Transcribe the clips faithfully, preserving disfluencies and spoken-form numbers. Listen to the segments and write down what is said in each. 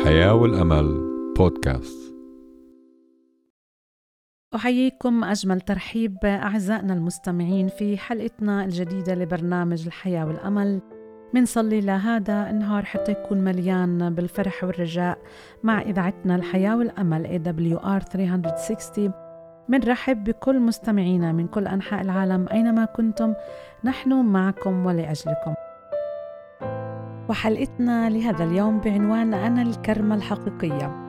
الحياة والأمل بودكاست. أحييكم أجمل ترحيب أعزائنا المستمعين في حلقتنا الجديدة لبرنامج الحياة والأمل. منصلي لهذا النهار حتى يكون مليان بالفرح والرجاء مع إذاعتنا الحياة والأمل إيه دبليو آر ثلاثمية وستين. منرحب بكل مستمعينا من كل أنحاء العالم أينما كنتم، نحن معكم ولأجلكم. وحلقتنا لهذا اليوم بعنوان أنا الكرمة الحقيقية.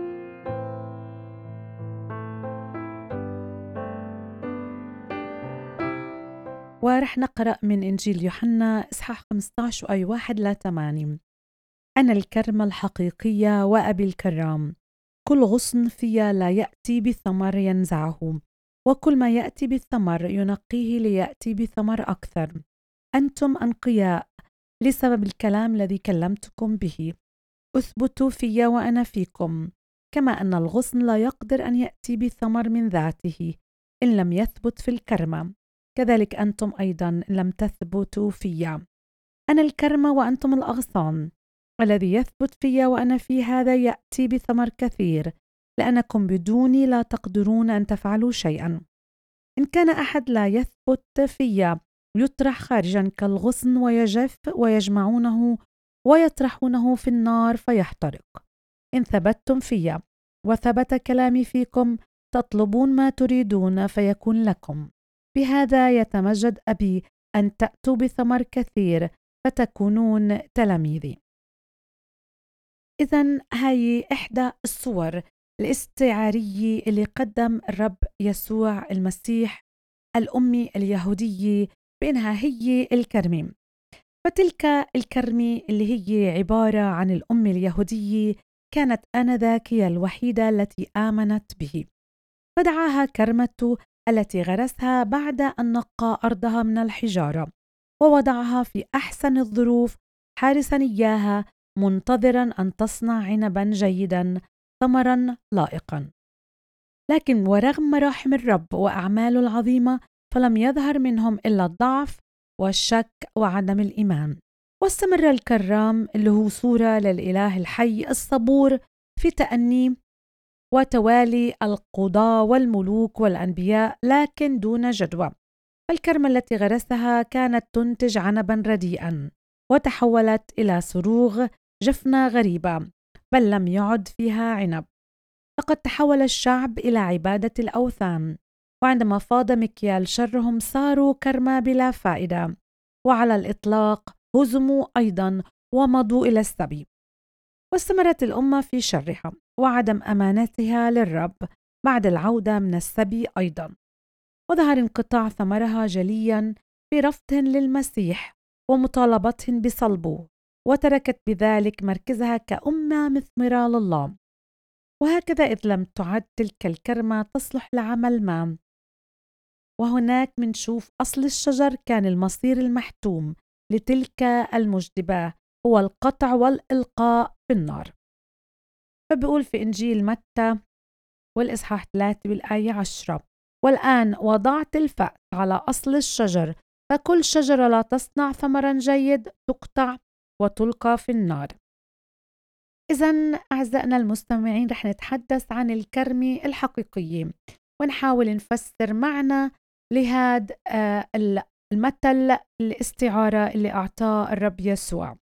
ورح نقرأ من إنجيل يوحنا إصحاح خمسة عشر وآية واحد لا ثمانية. أنا الكرمة الحقيقية وأبي الكرام، كل غصن فيا لا يأتي بثمر ينزعه، وكل ما يأتي بالثمر ينقيه ليأتي بثمر أكثر. أنتم أنقياء لسبب الكلام الذي كلمتكم به. أثبتوا فيا وأنا فيكم، كما أن الغصن لا يقدر أن يأتي بثمر من ذاته إن لم يثبت في الكرمة، كذلك أنتم أيضا لم تثبتوا فيا. أنا الكرمة وأنتم الأغصان، الذي يثبت فيا وأنا في هذا يأتي بثمر كثير، لأنكم بدوني لا تقدرون أن تفعلوا شيئا. إن كان أحد لا يثبت فيا يطرح خارجا كالغصن ويجف، ويجمعونه ويطرحونه في النار فيحترق. إن ثبتتم فيا وثبت كلامي فيكم تطلبون ما تريدون فيكون لكم. بهذا يتمجد أبي أن تأتوا بثمر كثير فتكونون تلاميذي. إذن هاي إحدى الصور الاستعارية اللي قدم الرب يسوع المسيح الأمي اليهودية بأنها هي الكرمة. فتلك الكرمة اللي هي عبارة عن الأم اليهودية كانت آنذاك هي الوحيدة التي آمنت به، فدعاها كرمته التي غرسها بعد أن نقى أرضها من الحجارة ووضعها في أحسن الظروف، حارسا إياها منتظرا أن تصنع عنبا جيدا ثمرا لائقا. لكن ورغم مراحم الرب وأعماله العظيمة فلم يظهر منهم إلا الضعف والشك وعدم الإيمان. واستمر الكرام اللي هو صورة للإله الحي الصبور في تأني وتوالي القضاة والملوك والأنبياء، لكن دون جدوى. فالكرمة التي غرسها كانت تنتج عنبا رديئا، وتحولت إلى صروغ جفنة غريبة، بل لم يعد فيها عنب. لقد تحول الشعب إلى عبادة الأوثان، وعندما فاض مكيال شرهم صاروا كرمة بلا فائدة، وعلى الإطلاق هزموا أيضا ومضوا إلى السبي. واستمرت الأمة في شرها وعدم أمانتها للرب بعد العودة من السبي أيضا، وظهر انقطاع ثمرها جليا في رفضهم للمسيح ومطالبتهم بصلبه، وتركت بذلك مركزها كأمة مثمرة لله. وهكذا إذ لم تعد تلك الكرمة تصلح لعمل ما، وهناك منشوف أصل الشجر كان المصير المحتوم لتلك المجدبة هو القطع والإلقاء في النار. فبيقول في إنجيل متى والإصحاح ثلاثة بالآية عشرة: والآن وضعت الفأس على أصل الشجر، فكل شجرة لا تصنع ثمرا جيد تقطع وتلقى في النار. إذن أعزائنا المستمعين رح نتحدث عن الكرمة الحقيقية، ونحاول نفسر معنى لهذا المثل الاستعارة اللي أعطاه الرب يسوع.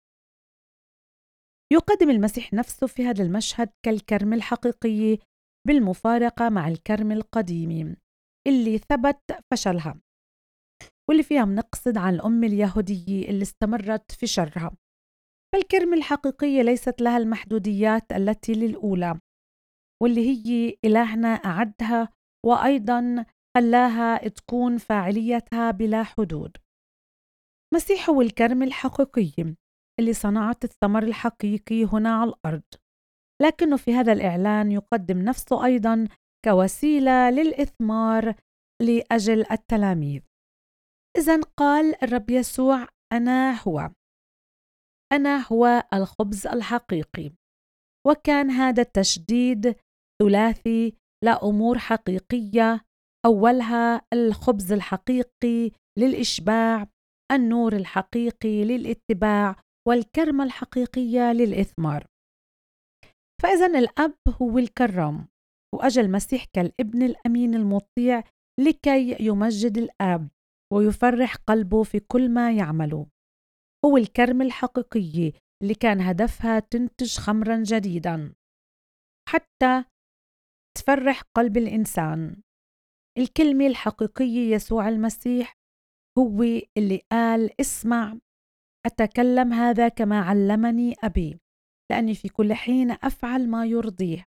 يقدم المسيح نفسه في هذا المشهد كالكرمة الحقيقية بالمفارقة مع الكرمة القديمة اللي ثبت فشلها، واللي فيها منقصد عن الأم اليهودية اللي استمرت في شرها. فالكرمة الحقيقية ليست لها المحدوديات التي للأولى، واللي هي إلهنا أعدها وأيضا خلاها تكون فاعليتها بلا حدود. مسيح هو الكرمة الحقيقية اللي صنعت الثمر الحقيقي هنا على الأرض، لكنه في هذا الإعلان يقدم نفسه أيضا كوسيلة للإثمار لأجل التلاميذ. إذن قال الرب يسوع: أنا هو أنا هو الخبز الحقيقي. وكان هذا التشديد ثلاثي لأمور حقيقية، أولها الخبز الحقيقي للإشباع، النور الحقيقي للاتباع، والكرمة الحقيقية للإثمار. فإذن الأب هو الكرام، وأجى المسيح كالابن الأمين المطيع لكي يمجد الآب ويفرح قلبه في كل ما يعمله. هو الكرم الحقيقي اللي كان هدفها تنتج خمرا جديدا حتى تفرح قلب الإنسان. الكلمة الحقيقية يسوع المسيح هو اللي قال: اسمع أتكلم هذا كما علمني أبي، لأني في كل حين أفعل ما يرضيه.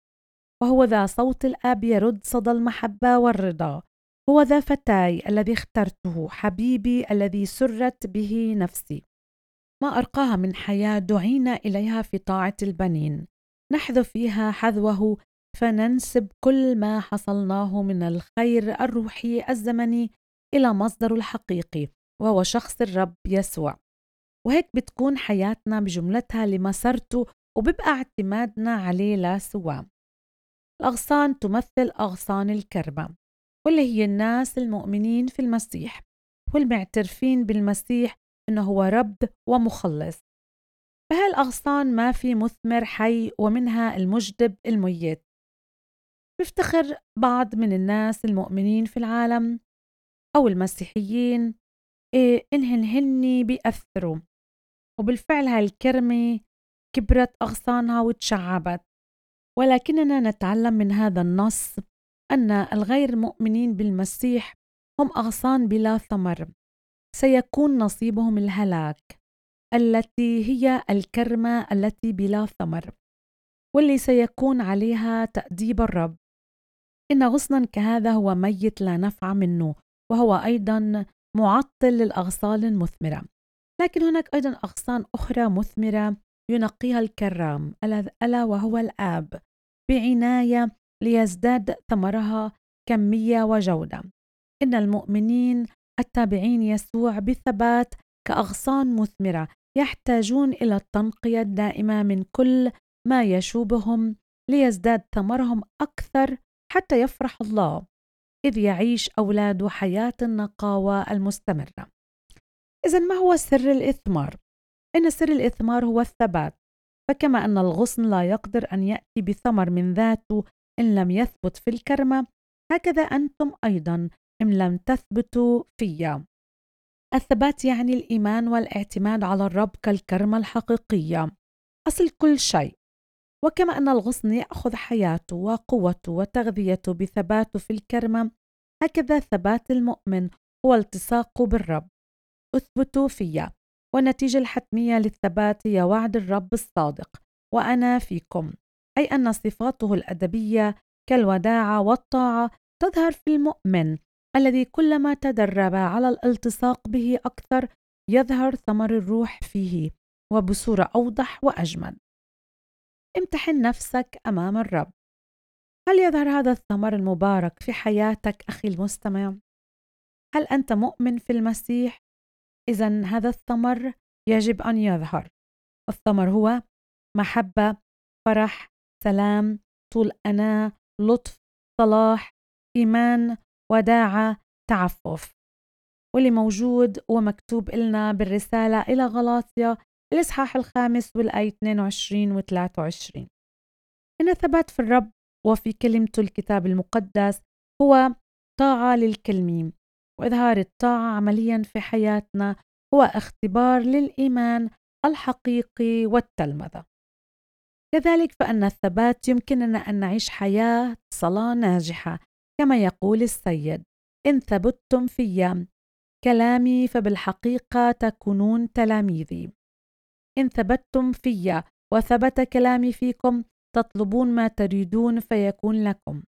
وهو ذا صوت الآب يرد صدى المحبة والرضا. هو ذا فتاي الذي اخترته، حبيبي الذي سرت به نفسي. ما أرقاها من حياة دعينا إليها في طاعة البنين، نحذو فيها حذوه فننسب كل ما حصلناه من الخير الروحي الزمني إلى مصدره الحقيقي وهو شخص الرب يسوع. وهيك بتكون حياتنا بجملتها لمسارته، وببقى اعتمادنا عليه لا سواه. الأغصان تمثل أغصان الكرمة، واللي هي الناس المؤمنين في المسيح والمعترفين بالمسيح إنه هو رب ومخلص. فهالأغصان ما في مثمر حي، ومنها المجدب الميت. بيفتخر بعض من الناس المؤمنين في العالم أو المسيحيين إيه إنهن هني بيأثروا، وبالفعل هالكرمة كبرت أغصانها وتشعبت. ولكننا نتعلم من هذا النص أن الغير مؤمنين بالمسيح هم أغصان بلا ثمر، سيكون نصيبهم الهلاك، التي هي الكرمة التي بلا ثمر، واللي سيكون عليها تأديب الرب. إن غصنا كهذا هو ميت لا نفع منه، وهو أيضا معطل للأغصان المثمرة. لكن هناك أيضا أغصان أخرى مثمرة ينقيها الكرام، ألا وهو الآب، بعناية ليزداد ثمرها كمية وجودة. إن المؤمنين التابعين يسوع بثبات كأغصان مثمرة يحتاجون إلى التنقية الدائمة من كل ما يشوبهم ليزداد ثمرهم أكثر حتى يفرح الله إذ يعيش أولاده حياة النقاوة المستمرة. إذن ما هو سر الإثمار؟ إن سر الإثمار هو الثبات. فكما أن الغصن لا يقدر أن يأتي بثمر من ذاته إن لم يثبت في الكرمة، هكذا أنتم أيضا إن لم تثبتوا فيا. الثبات يعني الإيمان والاعتماد على الرب كالكرمة الحقيقية، أصل كل شيء. وكما أن الغصن يأخذ حياته وقوته وتغذيته بثباته في الكرمة، هكذا ثبات المؤمن هو التصاقه بالرب. اثبتوا فيا، والنتيجة الحتمية للثبات هي وعد الرب الصادق: وأنا فيكم، أي أن صفاته الأدبية كالوداعة والطاعة تظهر في المؤمن الذي كلما تدرب على الالتصاق به أكثر يظهر ثمر الروح فيه وبصورة أوضح وأجمل. امتحن نفسك أمام الرب. هل يظهر هذا الثمر المبارك في حياتك أخي المستمع؟ هل أنت مؤمن في المسيح؟ إذن هذا الثمر يجب أن يظهر. الثمر هو محبة، فرح، سلام، طول أناة، لطف، صلاح، إيمان، وداعة، تعفف، واللي موجود ومكتوب لنا بالرسالة إلى غلاطيا الإصحاح الخامس والآية اثنين وعشرين و ثلاثة وعشرين. إن الثبات في الرب وفي كلمته الكتاب المقدس هو طاعة للكلمة، وإظهار الطاعة عمليا في حياتنا هو اختبار للإيمان الحقيقي والتلمذة. كذلك فإن الثبات يمكننا أن نعيش حياة صلاة ناجحة، كما يقول السيد: إن ثبتم في كلامي فبالحقيقة تكونون تلاميذي. إن ثبتتم في وثبت كلامي فيكم تطلبون ما تريدون فيكون لكم.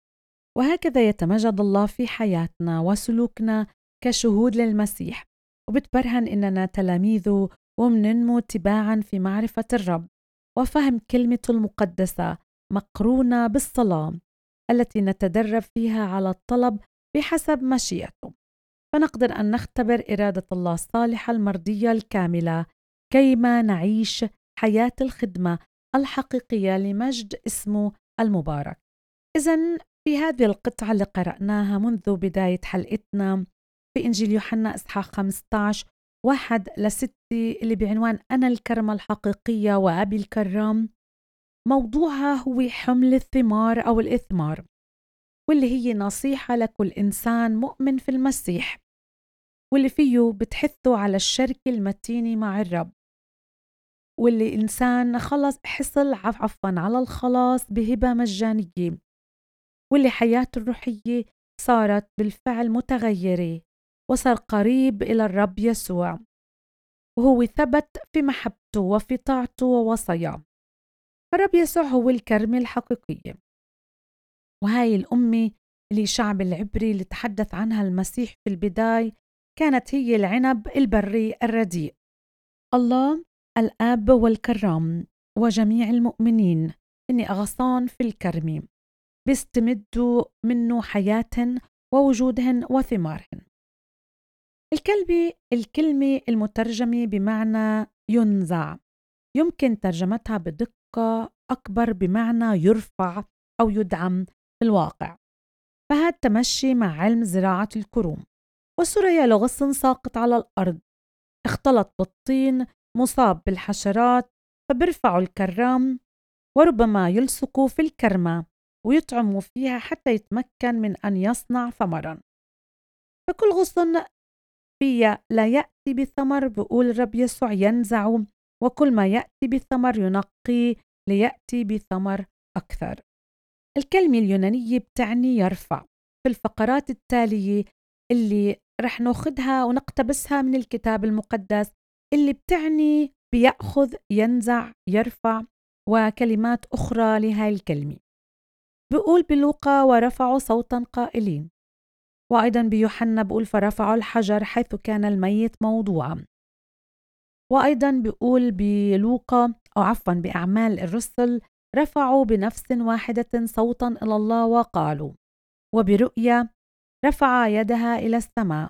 وهكذا يتمجد الله في حياتنا وسلوكنا كشهود للمسيح، وبتبرهن إننا تلاميذه ومننمو تباعا في معرفة الرب وفهم كلمته المقدسة، مقرونة بالصلاة التي نتدرب فيها على الطلب بحسب مشيئته، فنقدر أن نختبر إرادة الله الصالحة المرضية الكاملة كيما نعيش حياة الخدمة الحقيقية لمجد اسمه المبارك. إذن في هذه القطعة اللي قرأناها منذ بداية حلقتنا في إنجيل يوحنا إصحاح خمسة عشر واحد لستة اللي بعنوان أنا الكرمة الحقيقية وأبي الكرام، موضوعها هو حمل الثمار أو الإثمار، واللي هي نصيحة لكل إنسان مؤمن في المسيح، واللي فيه بتحثه على الشركة المتينة مع الرب، واللي إنسان خلص حصل عفوا على الخلاص بهبة مجانية، واللي حياته الروحية صارت بالفعل متغيرة وصار قريب إلى الرب يسوع، وهو ثبت في محبته وفي طاعته ووصاياه. فالرب يسوع هو الكرمة الحقيقية، وهاي الأمة اللي الشعب العبري اللي تحدث عنها المسيح في البداية كانت هي العنب البري الرديء. الله الآب والكرام وجميع المؤمنين إني أغصان في الكرم بيستمدوا منه حياتهن ووجودهن وثمارهن. الكلمة الكلمة المترجمة بمعنى ينزع يمكن ترجمتها بدقة أكبر بمعنى يرفع أو يدعم في الواقع، فهذا تمشي مع علم زراعة الكروم. والسرية لغص ساقط على الأرض اختلط بالطين مصاب بالحشرات، فبرفعوا الكرام وربما يلصقوا في الكرمة ويطعموا فيها حتى يتمكن من أن يصنع ثمرا. فكل غصن فيها لا يأتي بثمر بقول الرب يسوع ينزع، وكل ما يأتي بثمر ينقي ليأتي بثمر أكثر. الكلمة اليونانية بتعني يرفع في الفقرات التالية اللي رح ناخدها ونقتبسها من الكتاب المقدس، اللي بتعني بيأخذ ينزع يرفع وكلمات أخرى لهاي الكلمة. بيقول بلوقا ورفعوا صوتا قائلين، وأيضا بيوحنا بيقول فرفعوا الحجر حيث كان الميت موضوعا، وأيضا بيقول بلوقا أو عفوا بأعمال الرسل رفعوا بنفس واحدة صوتا إلى الله وقالوا، وبرؤيا رفع يدها إلى السماء.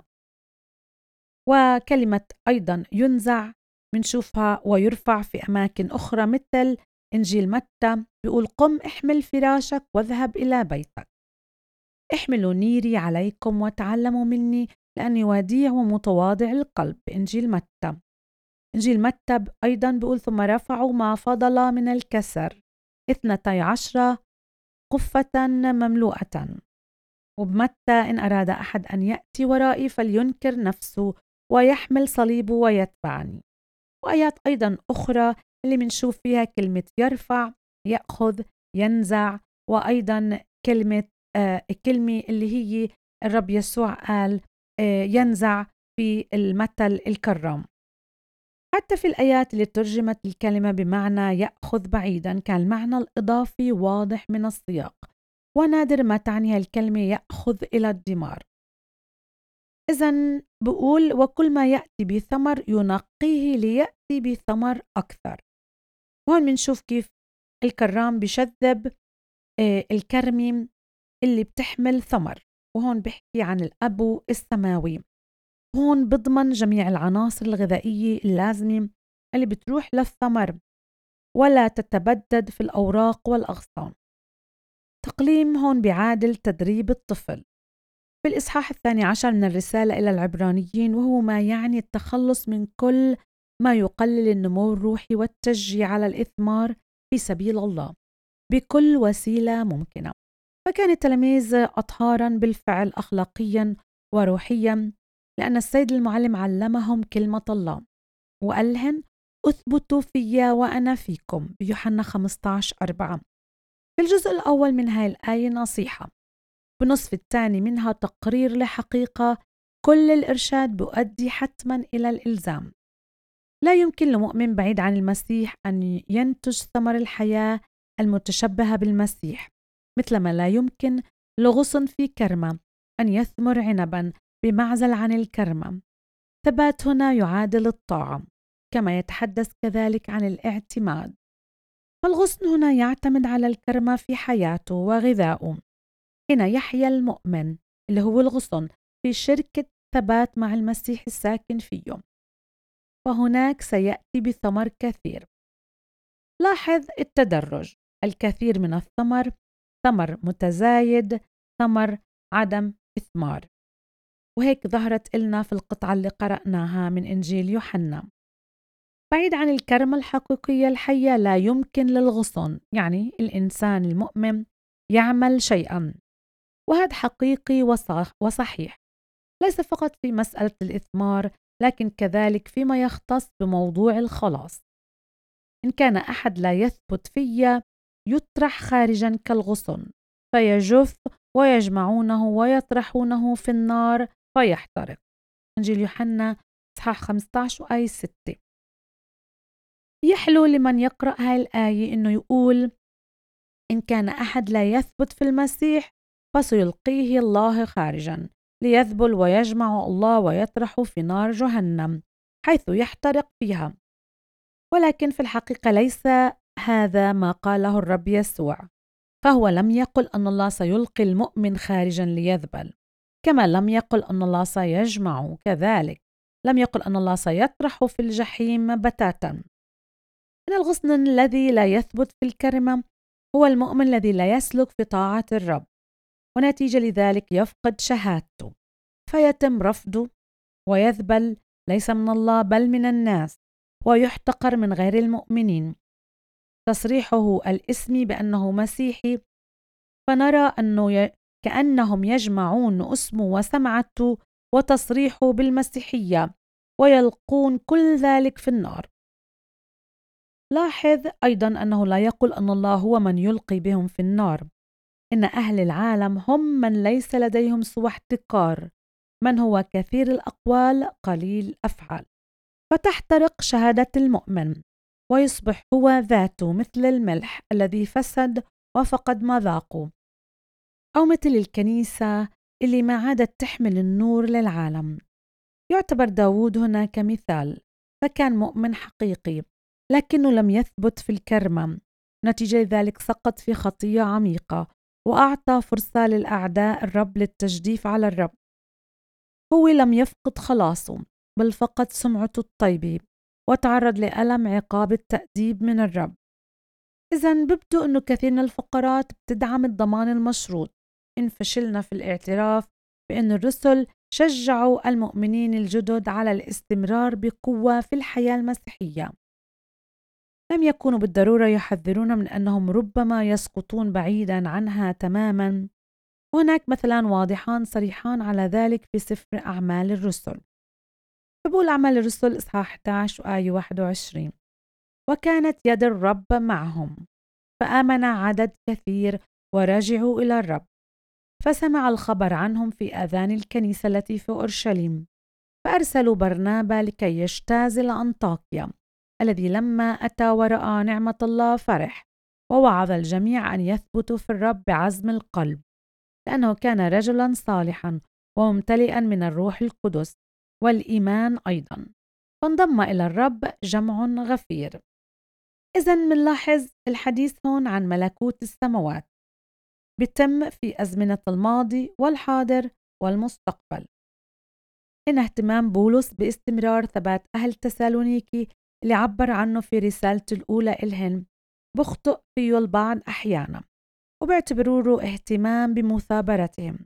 وكلمة أيضا ينزع منشوفها ويرفع في أماكن أخرى مثل إنجيل متى بيقول قم احمل فراشك واذهب إلى بيتك، احملوا نيري عليكم وتعلموا مني لأني وديع ومتواضع القلب بإنجيل متى. إنجيل متى أيضا بيقول ثم رفعوا ما فضل من الكسر اثنتي عشرة قفة مملوءة. وبمتى إن أراد أحد أن يأتي ورائي فلينكر نفسه ويحمل صليبه ويتبعني. وآيات أيضا أخرى اللي منشوف فيها كلمة يرفع يأخذ ينزع، وأيضا كلمة آه كلمة اللي هي الرب يسوع قال آه ينزع في المثل الكرام. حتى في الآيات اللي ترجمت الكلمة بمعنى يأخذ بعيدا كان المعنى الإضافي واضح من السياق، ونادر ما تعنيها الكلمة يأخذ إلى الدمار. إذن بقول وكل ما يأتي بثمر ينقيه ليأتي بثمر أكثر. وهون منشوف كيف الكرام بشذب آه الكرمة اللي بتحمل ثمر، وهون بحكي عن الأب السماوي. هون بضمن جميع العناصر الغذائية اللازمة اللي بتروح للثمر ولا تتبدد في الأوراق والأغصان. تقليم هون بيعادل تدريب الطفل في الإصحاح الثاني عشر من الرسالة إلى العبرانيين، وهو ما يعني التخلص من كل ما يقلل النمو الروحي والتشجيع على الإثمار في سبيل الله بكل وسيلة ممكنة. فكان التلاميذ أطهارا بالفعل أخلاقيا وروحيا، لأن السيد المعلم علمهم كلمة الله وقال لهم أثبتوا فيا وأنا فيكم بيوحنا خمسة عشر أربعة. في الجزء الأول من هاي الآية نصيحة، بالنصف الثاني منها تقرير لحقيقة كل الإرشاد بيؤدي حتما إلى الإلزام. لا يمكن لمؤمن بعيد عن المسيح أن ينتج ثمر الحياة المتشبهة بالمسيح، مثلما لا يمكن لغصن في كرمة أن يثمر عنبا بمعزل عن الكرمة. ثبات هنا يعادل الطاعة، كما يتحدث كذلك عن الاعتماد. فالغصن هنا يعتمد على الكرمة في حياته وغذائه. هنا يحيا المؤمن اللي هو الغصن في شركة ثبات مع المسيح الساكن فيه، وهناك سيأتي بثمر كثير. لاحظ التدرج، الكثير من الثمر، ثمر متزايد، ثمر عدم إثمار. وهيك ظهرت لنا في القطعة اللي قرأناها من إنجيل يوحنا. بعيد عن الكرمة الحقيقية الحية لا يمكن للغصن، يعني الإنسان المؤمن يعمل شيئا، وهذا حقيقي وصحيح، ليس فقط في مسألة الإثمار لكن كذلك فيما يختص بموضوع الخلاص. إن كان أحد لا يثبت في يطرح خارجا كالغصن فيجف ويجمعونه ويطرحونه في النار فيحترق. إنجيل يوحنا إصحاح خمسة عشر وآية ستة. يحلو لمن يقرأ هاي الآية إنه يقول إن كان أحد لا يثبت في المسيح فسيلقيه الله خارجا ليذبل ويجمع الله ويطرح في نار جهنم حيث يحترق فيها. ولكن في الحقيقة ليس هذا ما قاله الرب يسوع، فهو لم يقل أن الله سيلقي المؤمن خارجا ليذبل، كما لم يقل أن الله سيجمع، كذلك لم يقل أن الله سيطرح في الجحيم بتاتا. إن الغصن الذي لا يثبت في الكرمة هو المؤمن الذي لا يسلك في طاعة الرب، ونتيجة لذلك يفقد شهادته فيتم رفضه ويذبل، ليس من الله بل من الناس، ويحتقر من غير المؤمنين. تصريحه الاسمي بأنه مسيحي، فنرى أنه ي... كأنهم يجمعون اسمه وسمعته وتصريحه بالمسيحية ويلقون كل ذلك في النار. لاحظ أيضا أنه لا يقول أن الله هو من يلقي بهم في النار. إن أهل العالم هم من ليس لديهم سوى احتقار، من هو كثير الأقوال قليل الأفعال، فتحترق شهادة المؤمن ويصبح هو ذاته مثل الملح الذي فسد وفقد مذاقه، أو مثل الكنيسة اللي ما عادت تحمل النور للعالم. يعتبر داود هنا كمثال، فكان مؤمن حقيقي لكنه لم يثبت في الكرمة، نتيجة ذلك سقط في خطية عميقة وأعطى فرصة للأعداء الرب للتجديف على الرب. هو لم يفقد خلاصه بل فقد سمعته الطيبة وتعرض لألم عقاب التأديب من الرب. إذن ببدو أنه كثير من الفقرات بتدعم الضمان المشروط إن فشلنا في الاعتراف بأن الرسل شجعوا المؤمنين الجدد على الاستمرار بقوة في الحياة المسيحية. لم يكونوا بالضرورة يحذرون من أنهم ربما يسقطون بعيدا عنها تماما. هناك مثلا واضحان صريحان على ذلك في سفر أعمال الرسل. بقول أعمال الرسل إصحاح إحدى عشر وآية واحد وعشرين: وكانت يد الرب معهم فآمن عدد كثير ورجعوا إلى الرب، فسمع الخبر عنهم في آذان الكنيسة التي في أورشليم، فأرسلوا برنابا لكي يجتاز إلى أنطاكيا، الذي لما أتى ورأى نعمة الله فرح، ووعظ الجميع أن يثبتوا في الرب بعزم القلب، لأنه كان رجلا صالحا وممتلئا من الروح القدس والإيمان أيضا، فانضم إلى الرب جمع غفير. إذن منلاحظ الحديث هون عن ملكوت السماوات بيتم في أزمنة الماضي والحاضر والمستقبل. إن اهتمام بولس باستمرار ثبات أهل تسالونيكي اللي عبر عنه في رسالته الأولى إلهن بخطئ فيه البعض أحيانا وبيعتبروه اهتمام بمثابرتهم.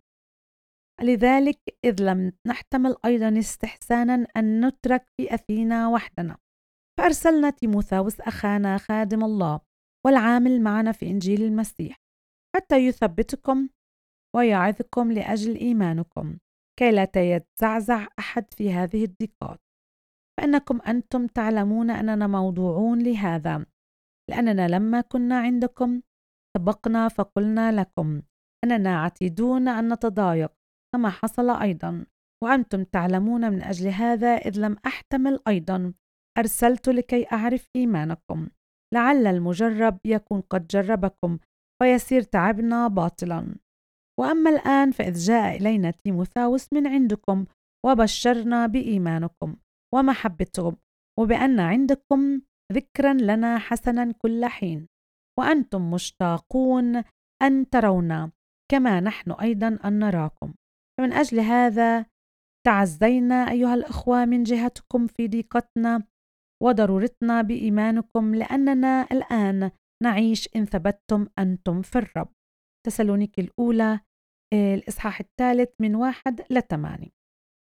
لذلك إذ لم نحتمل أيضا استحسانا أن نترك في أثينا وحدنا، فأرسلنا تيموثاوس أخانا خادم الله والعامل معنا في إنجيل المسيح حتى يثبتكم ويعظكم لأجل إيمانكم، كي لا يتزعزع أحد في هذه الضيقات، فإنكم أنتم تعلمون أننا موضوعون لهذا، لأننا لما كنا عندكم سبقنا فقلنا لكم أننا عتيدون أن نتضايق كما حصل أيضا، وأنتم تعلمون من أجل هذا إذ لم أحتمل أيضا أرسلت لكي أعرف إيمانكم، لعل المجرب يكون قد جربكم ويصير تعبنا باطلا. وأما الآن فإذ جاء إلينا تيموثاوس من عندكم وبشرنا بإيمانكم ومحبتكم وبأن عندكم ذكرا لنا حسنا كل حين، وأنتم مشتاقون أن ترونا كما نحن أيضا أن نراكم، فمن أجل هذا تعزينا أيها الأخوة من جهتكم في ضيقتنا وضرورتنا بإيمانكم، لأننا الآن نعيش إن ثبتتم أنتم في الرب. تسالونيكي الأولى الإصحاح الثالث من واحد لثمانية.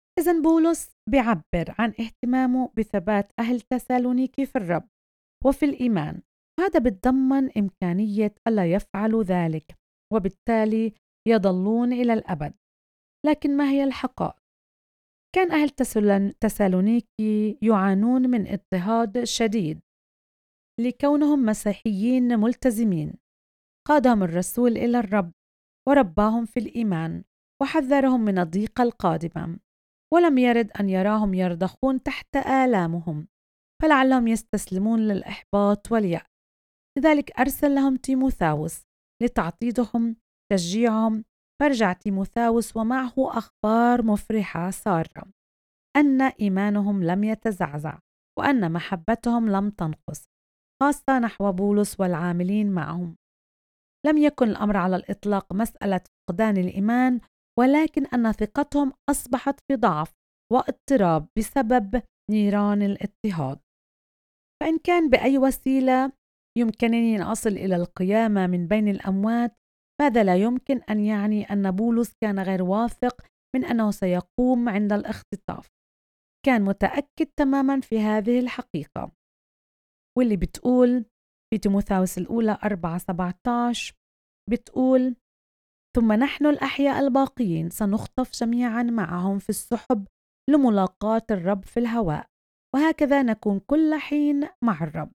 إذن بولس بيعبر عن اهتمامه بثبات أهل تسالونيكي في الرب وفي الإيمان، هذا بتضمن إمكانية ألا يفعلوا ذلك وبالتالي يضلون إلى الأبد. لكن ما هي الحقائق؟ كان أهل تسالونيكي يعانون من اضطهاد شديد لكونهم مسيحيين ملتزمين. قادهم الرسول إلى الرب ورباهم في الإيمان وحذرهم من الضيقة القادمة، ولم يرد أن يراهم يرضخون تحت آلامهم، فلعلهم يستسلمون للإحباط واليأس. لذلك أرسل لهم تيموثاوس لتعطيدهم تشجيعهم. فرجع تيموثاوس ومعه أخبار مفرحة سارة أن إيمانهم لم يتزعزع وأن محبتهم لم تنقص، خاصة نحو بولس والعاملين معهم. لم يكن الأمر على الإطلاق مسألة فقدان الإيمان، ولكن أن ثقتهم أصبحت في ضعف واضطراب بسبب نيران الاضطهاد. فإن كان بأي وسيلة يمكنني أن أصل إلى القيامة من بين الأموات، فهذا لا يمكن أن يعني أن بولس كان غير واثق من أنه سيقوم عند الاختطاف. كان متأكد تماما في هذه الحقيقة، واللي بتقول في تيموثاوس الأولى أربعة سبعة عشر بتقول: ثم نحن الأحياء الباقيين سنخطف جميعا معهم في السحب لملاقاة الرب في الهواء، وهكذا نكون كل حين مع الرب.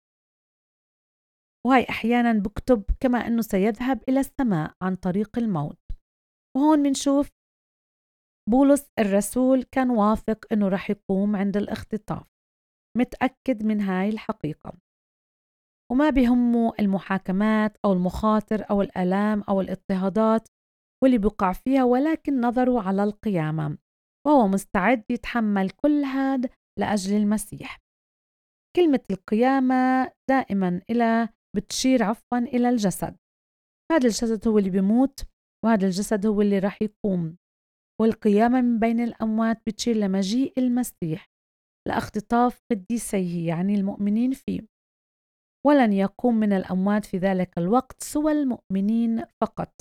وهي أحيانا بكتب كما أنه سيذهب إلى السماء عن طريق الموت. وهون منشوف بولس الرسول كان واثق أنه رح يقوم عند الاختطاف، متأكد من هاي الحقيقة، وما بهمه المحاكمات أو المخاطر أو الآلام أو الاضطهادات واللي بقع فيها، ولكن نظروا على القيامة وهو مستعد يتحمل كل هذا لأجل المسيح. كلمة القيامة دائما إلى بتشير عفوا إلى الجسد. هذا الجسد هو اللي بيموت، وهذا الجسد هو اللي راح يقوم. والقيامة من بين الأموات بتشير لمجيء المسيح لاختطاف قديسيه، يعني المؤمنين فيه. ولن يقوم من الأموات في ذلك الوقت سوى المؤمنين فقط.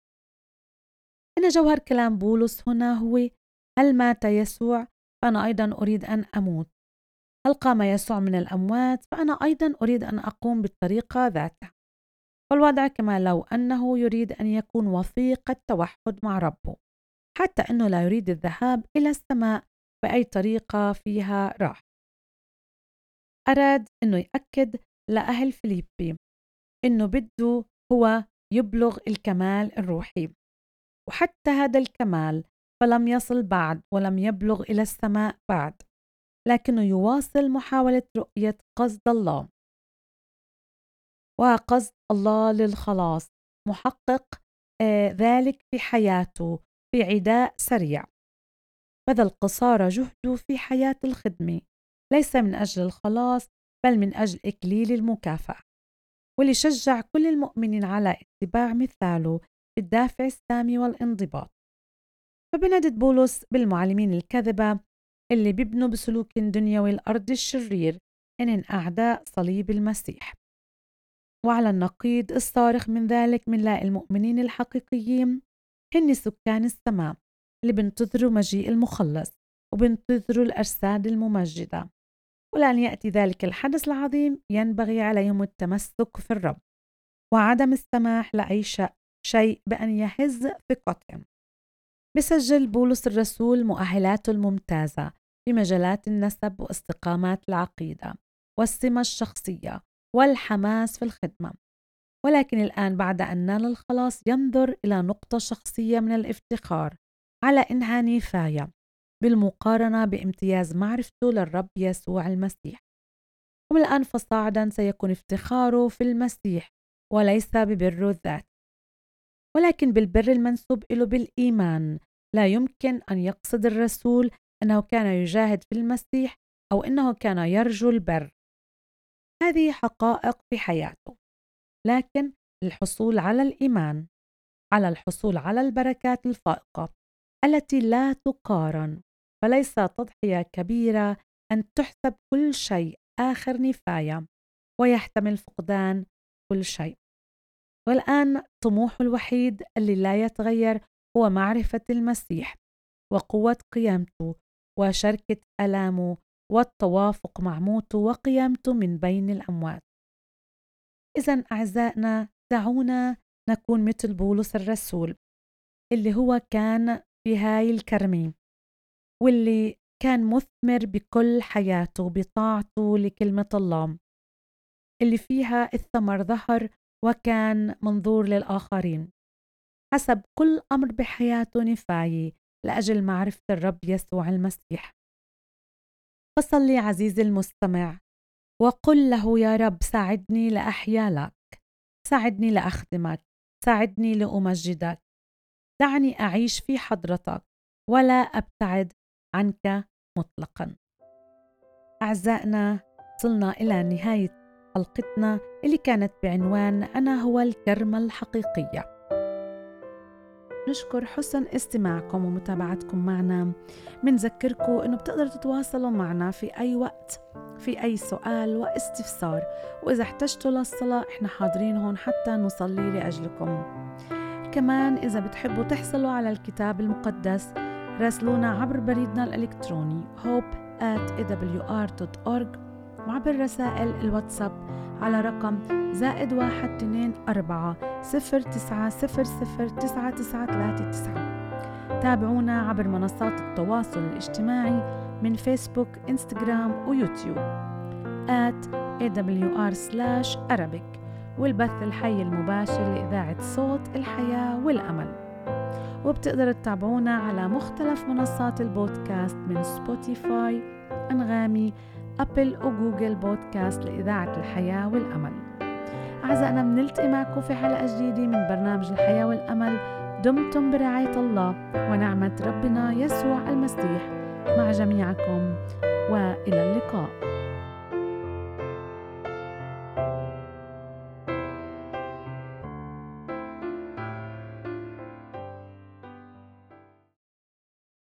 إن جوهر كلام بولس هنا هو: هل مات يسوع؟ فأنا أيضا أريد أن أموت. هل قام يسوع من الأموات؟ فأنا أيضا أريد أن أقوم بالطريقة ذاتها. والوضع كما لو أنه يريد أن يكون وثيق التوحد مع ربه، حتى أنه لا يريد الذهاب إلى السماء بأي طريقة فيها راح. أراد أنه يأكد لأهل فيليبي أنه بده هو يبلغ الكمال الروحي، وحتى هذا الكمال فلم يصل بعد ولم يبلغ إلى السماء بعد، لكنه يواصل محاولة رؤية قصد الله، وقصد الله للخلاص محقق آه ذلك في حياته في عداء سريع. بذل قصارى جهده في حياة الخدمة، ليس من أجل الخلاص بل من أجل إكليل المكافأة، واللي شجع كل المؤمنين على اتباع مثاله في الدافع السامي والانضباط. فبندد بولس بالمعلمين الكذبة اللي بيبنوا بسلوك دنيوي الأرض الشرير إنهم أعداء صليب المسيح. وعلى النقيض الصارخ من ذلك منلاقي المؤمنين الحقيقيين هن سكان السماء اللي بنتظروا مجيء المخلص وبنتظروا الأجساد الممجدة. ولأن يأتي ذلك الحدث العظيم ينبغي عليهم التمسك في الرب وعدم السماح لأي شيء بأن يهز ثقتهم. بسجل بولس الرسول مؤهلاته الممتازة في مجالات النسب واستقامات العقيدة والسمة الشخصية والحماس في الخدمة، ولكن الآن بعد أن نال الخلاص ينظر إلى نقطة شخصية من الافتخار على إنها نفاية بالمقارنة بامتياز معرفته للرب يسوع المسيح. ومن الآن فصاعدا سيكون افتخاره في المسيح وليس ببر الذات، ولكن بالبر المنسوب إله بالإيمان. لا يمكن أن يقصد الرسول أنه كان يجاهد في المسيح أو أنه كان يرجو البر. هذه حقائق في حياته، لكن الحصول على الإيمان، على الحصول على البركات الفائقة التي لا تقارن، فليس تضحية كبيرة أن تحسب كل شيء آخر نفاية ويحتمل فقدان كل شيء. والآن طموحه الوحيد اللي لا يتغير هو معرفة المسيح وقوة قيامته وشركة ألامه والتوافق مع موته وقيامته من بين الأموات. إذن أعزائنا، دعونا نكون مثل بولس الرسول اللي هو كان في هاي الكرمة، واللي كان مثمر بكل حياته بطاعته لكلمة الله، اللي فيها الثمر ظهر وكان منظور للآخرين، حسب كل أمر بحياته نفاية لأجل معرفة الرب يسوع المسيح. فصلي عزيزي المستمع وقل له: يا رب ساعدني لأحيا لك، ساعدني لأخدمك، ساعدني لأمجدك، دعني أعيش في حضرتك ولا أبتعد عنك مطلقا. أعزائنا، وصلنا إلى نهاية حلقتنا اللي كانت بعنوان أنا هو الكرمة الحقيقية. نشكر حسن استماعكم ومتابعتكم معنا. منذكركم أنه بتقدروا تتواصلوا معنا في أي وقت في أي سؤال واستفسار، وإذا احتجتوا للصلاة إحنا حاضرين هون حتى نصلي لأجلكم. كمان إذا بتحبوا تحصلوا على الكتاب المقدس راسلونا عبر بريدنا الإلكتروني hope at a w r dot org وعبر رسائل الواتساب على رقم زائد واحد اثنين أربعة صفر تسعة صفر صفر تسعة تسعة ثلاثة تسعة. تابعونا عبر منصات التواصل الاجتماعي من فيسبوك، إنستغرام ويوتيوب at awr slash arabic، والبث الحي المباشر لإذاعة صوت الحياة والأمل. وبتقدروا تتابعونا على مختلف منصات البودكاست من سبوتيفاي، أنغامي، أبل وجوجل بودكاست لإذاعة الحياة والأمل. أعزائنا، بنلتقي معكم في حلقة جديدة من برنامج الحياة والأمل. دمتم برعاية الله ونعمة ربنا يسوع المسيح مع جميعكم، وإلى اللقاء.